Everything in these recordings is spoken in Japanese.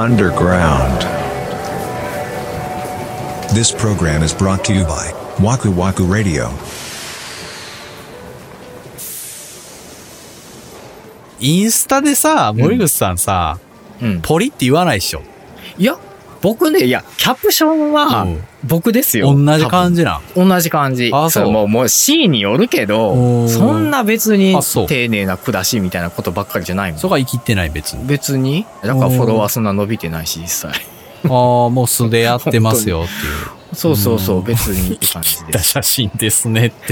underground. This program is brought to you by Waku Waku Radio. インスタでさ、森口さんさ、ポリって言わないでしょ。 いや、僕ね、キャプションは僕ですよ。 同じ感じなん？ 同じ感じ。 あ、そう。 もう C によるけど、そんな別に丁寧な下しみたいなことばっかりじゃないもん。 そこは生きってない別に。 別に？だからフォロワーそんな伸びてないし、実際。 ああ、もう素でやってますよっていう。 そうそうそう、別にって感じです。 生きった写真ですねって。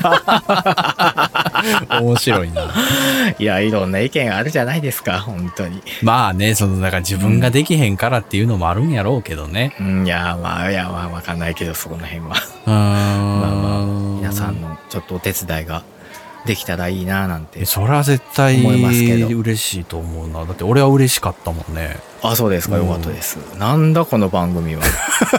面白いな。 いや、いろんな意見あるじゃないですか、本当に。 まあね、だから自分ができへんからっていうのもあるんやろうけどね。 いや、わかんないけど、そこの辺は。まあ、皆さんのちょっとお手伝いができたらいいななんて。 それは絶対嬉しいと思うな。だって俺は嬉しかったもんね。 あ、そうですか。よかったです。なんだこの番組は。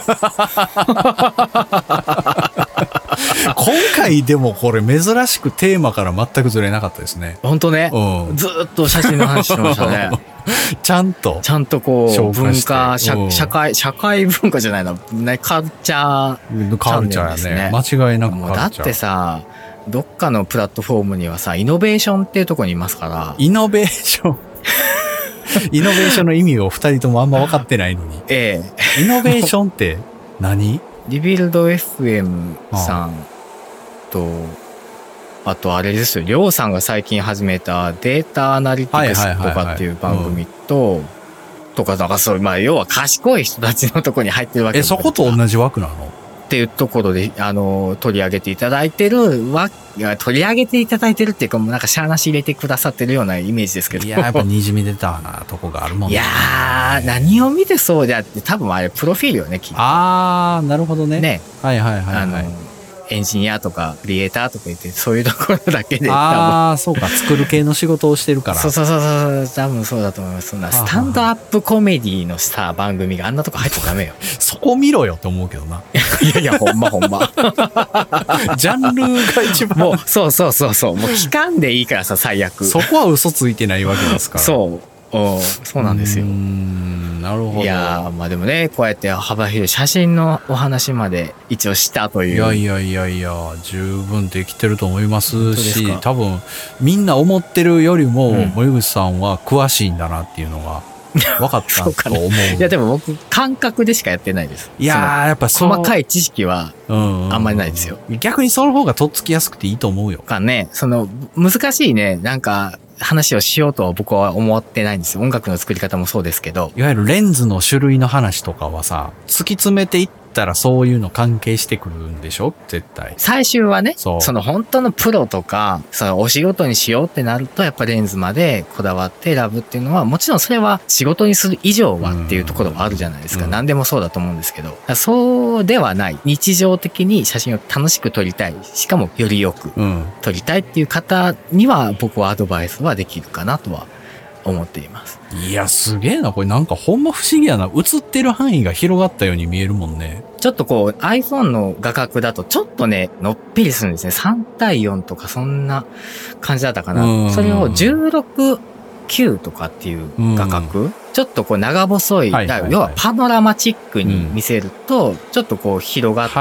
今回でもこれ珍しくテーマから全くずれなかったですね。 本当ね。ずっと写真の話してましたね。 ちゃんとこう文化社会文化じゃないな、カルチャーチャンネルですね。 間違いなくもうだってさ、どっかのプラットフォームにはさ、イノベーションっていうところにいますから。 イノベーションイノベーションの意味を二人ともあんま分かってないのに。イノベーションって何？ リビルド FM さんと、あとあれですよ、りょうさんが最近始めたデータアナリティクスとかっていう番組と、だからそう、まあ要は賢い人たちのところに入ってるわけです。 そこと同じ枠なの？ っていうところで、取り上げていただいてる取り上げていただいてるっていうか、もうなんかしゃーなし入れてくださってるようなイメージですけど。 いや、やっぱ滲み出たなとこがあるもんね。 いやー、何を見てそうであって、多分あれ、プロフィールよね、きっと。 あー、なるほどね。 ね。 はい。 エンジニアとか、クリエイターとか言って、そういうところだけで。 ああ、そうか。作る系の仕事をしてるから。 そう。多分そうだと思います。そんな、スタンドアップコメディのさ、番組があんなとこ入っちゃダメよ。 そこ見ろよって思うけどな。 いや、ほんま。 ジャンルが一番。 もう、そう。もう聞かんでいいからさ、最悪。 そこは嘘ついてないわけですから。 そうなんですよ。 なるほど。 いやまあでもね、こうやって幅広い写真のお話まで一応したという。 いや、十分できてると思いますし、多分みんな思ってるよりも森口さんは詳しいんだなっていうのが分かったと思う。 いやでも僕感覚でしかやってないです。 いややっぱ細かい知識はあんまりないですよ。 逆にその方がとっつきやすくていいと思うよ。 ね、難しいね、なんか話をしようとは僕は思ってないんですよ。音楽の作り方もそうですけど。 いわゆるレンズの種類の話とかはさ、突き詰めていったらそういうの関係してくるんでしょ？絶対。 最終はね、その本当のプロとか、そのお仕事にしようってなると、やっぱレンズまでこだわって選ぶっていうのは、もちろんそれは仕事にする以上はっていうところはあるじゃないですか。何でもそうだと思うんですけど。そうではない。日常的に写真を楽しく撮りたい。しかもよりよく撮りたいっていう方には、僕はアドバイスはできるかなとは思っています。 いや、すげえな。これなんかほんま不思議やな。映ってる範囲が広がったように見えるもんね。 ちょっとこう iPhone の画角だとちょっとね、のっぺりするんですね。3対4とかそんな感じだったかな。それを16、9とかっていう画角、ちょっとこう長細い、要はパノラマチックに見せると、ちょっとこう広がった、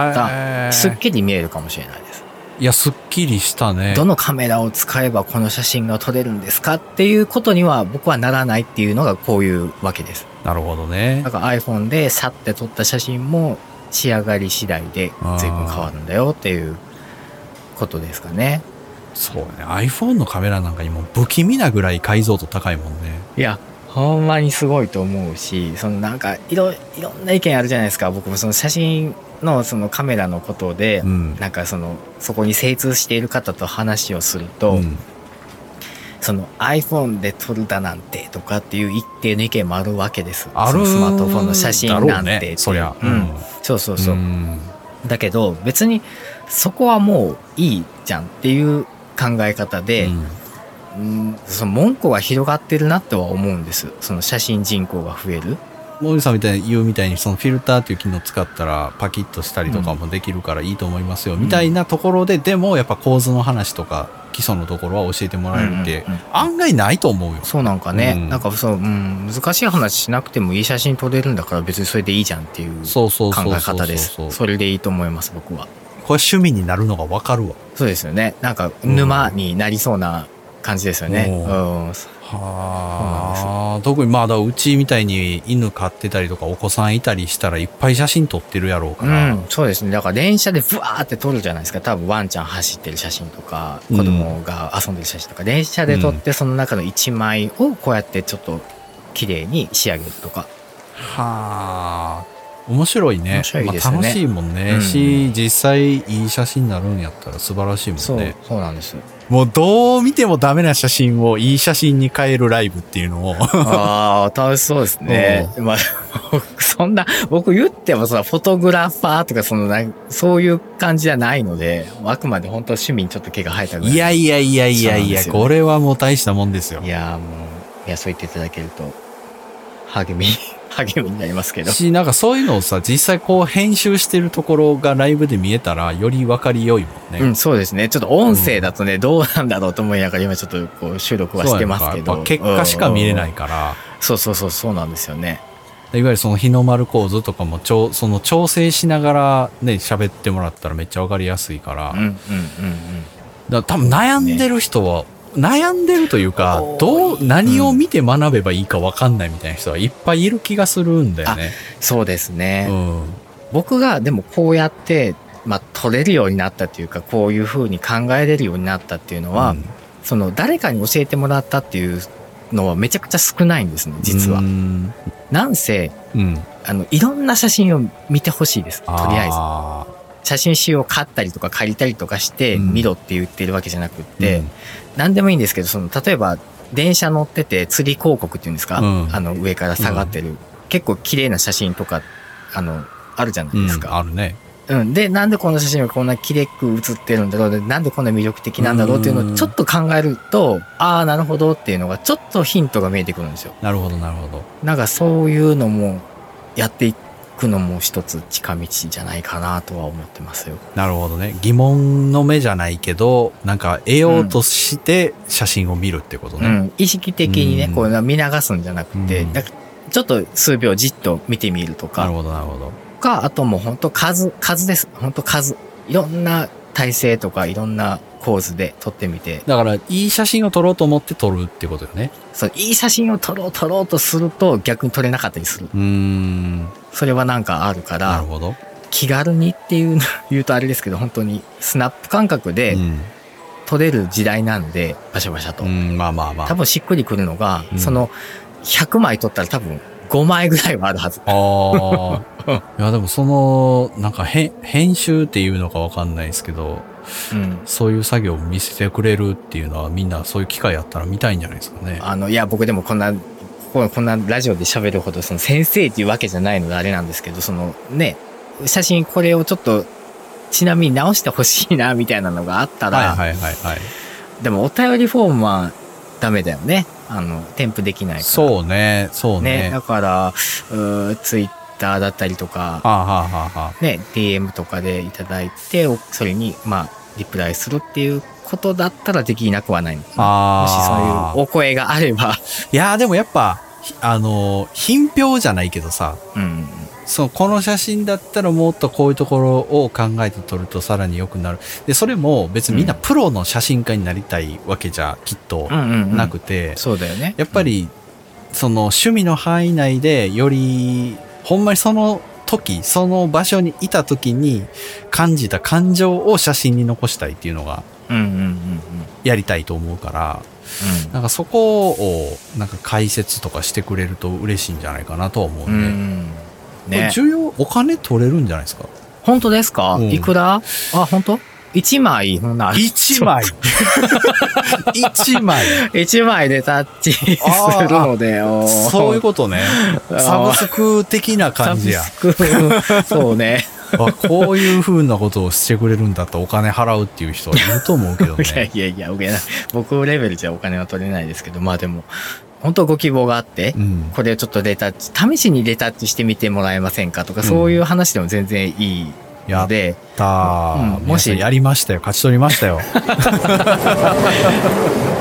すっきり見えるかもしれないです。 いや、すっきりしたね。 どのカメラを使えばこの写真が撮れるんですかっていうことには僕はならないっていうのがこういうわけです。 なるほどね。 だから iPhone でさって撮った写真も仕上がり次第で随分変わるんだよっていうことですかね。 そうね。iPhone のカメラなんか今不気味なぐらい解像度高いもんね。 いや、ほんまにすごいと思うし、なんかいろんな意見あるじゃないですか。僕もその写真のそのカメラのことで、なんかそこに精通している方と話をすると、その iPhone で撮るだなんてとかっていう一定の意見もあるわけです。そのスマートフォンの写真なんてって。 そりゃ。 そう。だけど別にそこはもういいじゃんっていう考え方で、その門戸が広がってるなとは思うんです。その写真人口が増える。 森さんみたいに言うみたいにそのフィルターっていう機能使ったらパキッとしたりとかもできるからいいと思いますよ、みたいなところで、でもやっぱ構図の話とか基礎のところは教えてもらえるって案外ないと思うよ。 そうなんかね、なんかそう、難しい話しなくてもいい写真撮れるんだから別にそれでいいじゃんっていう考え方です。それでいいと思います、僕は。 これ趣味になるのが分かるわ。 そうですよね。なんか沼になりそうな感じですよね。 はあ。特にまだうちみたいに犬飼ってたりとかお子さんいたりしたらいっぱい写真撮ってるやろうから。 そうですね。だから電車でブワーって撮るじゃないですか。多分ワンちゃん走ってる写真とか、子供が遊んでる写真とか、電車で撮ってその中の一枚をこうやってちょっと綺麗に仕上げるとか。 はあ。面白いね。 面白いですね。 楽しいもんね。実際いい写真になるんやったら素晴らしいもんね。 そうなんです。 もうどう見てもダメな写真をいい写真に変えるライブっていうのを。 ああ、楽しそうですね。まあ、そんな、僕言ってもフォトグラファーとかそういう感じじゃないので、あくまで本当趣味にちょっと毛が生えたぐらい。 いや、これはもう大したもんですよ。 いや、そう言っていただけると、励みになりますけど。 なんかそういうのをさ、実際こう編集してるところがライブで見えたらより分かりよいもんね。 そうですね。ちょっと音声だとね、どうなんだろうと思いながら今ちょっとこう収録はしてますけど。 結果しか見れないから。 そうなんですよね。 いわゆるその日の丸構図とかもその調整しながらね、喋ってもらったらめっちゃ分かりやすいから。だから多分悩んでる人は、悩んでるというか、何を見て学べばいいか分かんないみたいな人はいっぱいいる気がするんだよね。 そうですね。僕がでもこうやって、撮れるようになったというか、こういう風に考えれるようになったっていうのは、その誰かに教えてもらったっていうのはめちゃくちゃ少ないんですね、実は。なんせ、いろんな写真を見てほしいです、とりあえず。写真集を買ったりとか借りたりとかして見ろって言ってるわけじゃなくって、何でもいいんですけど、例えば電車乗ってて釣り広告っていうんですか、上から下がってる、結構綺麗な写真とか、あるじゃないですか。 あるね。 で、なんでこの写真がこんな綺麗く写ってるんだろうで、なんでこんな魅力的なんだろうっていうのをちょっと考えると、なるほどっていうのがちょっとヒントが見えてくるんですよ。 なるほど。 なんかそういうのもやっていくのも一つ近道じゃないかなとは思ってますよ。 なるほどね。疑問の目じゃないけど、なんか得ようとして写真を見るってことね。 意識的にね、こう見流すんじゃなくて、ちょっと数秒じっと見てみるとか。 なるほど。 あともう本当数です。本当数。いろんな体勢とかいろんな構図で撮ってみて。 だから、いい写真を撮ろうと思って撮るってことよね。 そう、いい写真を撮ろうとすると逆に撮れなかったりする。それはなんかあるから。 なるほど。 気軽にっていう言うとあれですけど、本当にスナップ感覚で撮れる時代なんで、バシャバシャと。多分しっくりくるのが、その100枚撮ったら多分5枚ぐらいはあるはず。 いや、でもなんか編集っていうのかわかんないですけど、そういう作業を見せてくれるっていうのはみんなそういう機会あったら見たいんじゃないですかね。 いや、僕でもこんなラジオで喋るほどその先生っていうわけじゃないのであれなんですけど、写真これをちょっとちなみに直してほしいなみたいなのがあったら、でもお便りフォームはダメだよね。添付できないから。そうね。だから、ツイッターだったりとか、DM とかでいただいて、それに、リプライするっていうことだったらできなくはないのかな。もしそういうお声があれば。 いや、でもやっぱ、品評じゃないけどさ、この写真だったらもっとこういうところを考えて撮るとさらに良くなる。で、それも別にみんなプロの写真家になりたいわけじゃきっとなくて、 そうだよね。 やっぱり、趣味の範囲内でより、ほんまにその時、その場所にいた時に感じた感情を写真に残したいっていうのが、やりたいと思うから、なんかそこをなんか解説とかしてくれると嬉しいんじゃないかなとは思うんで。お金取れるんじゃないですか？ 本当ですか？いくら？本当？1枚 1枚1枚 1枚でタッチするので。 そういうことね。サブスク的な感じや。 そうね。 こういう風なことをしてくれるんだったらお金払うっていう人はいると思うけどね。 いや、僕レベルじゃお金は取れないですけど、でも、 本当ご希望があって、これをちょっと試しにレタッチしてみてもらえませんかとか、そういう話でも全然いいので。 やったー。もしやりましたよ。勝ち取りましたよ。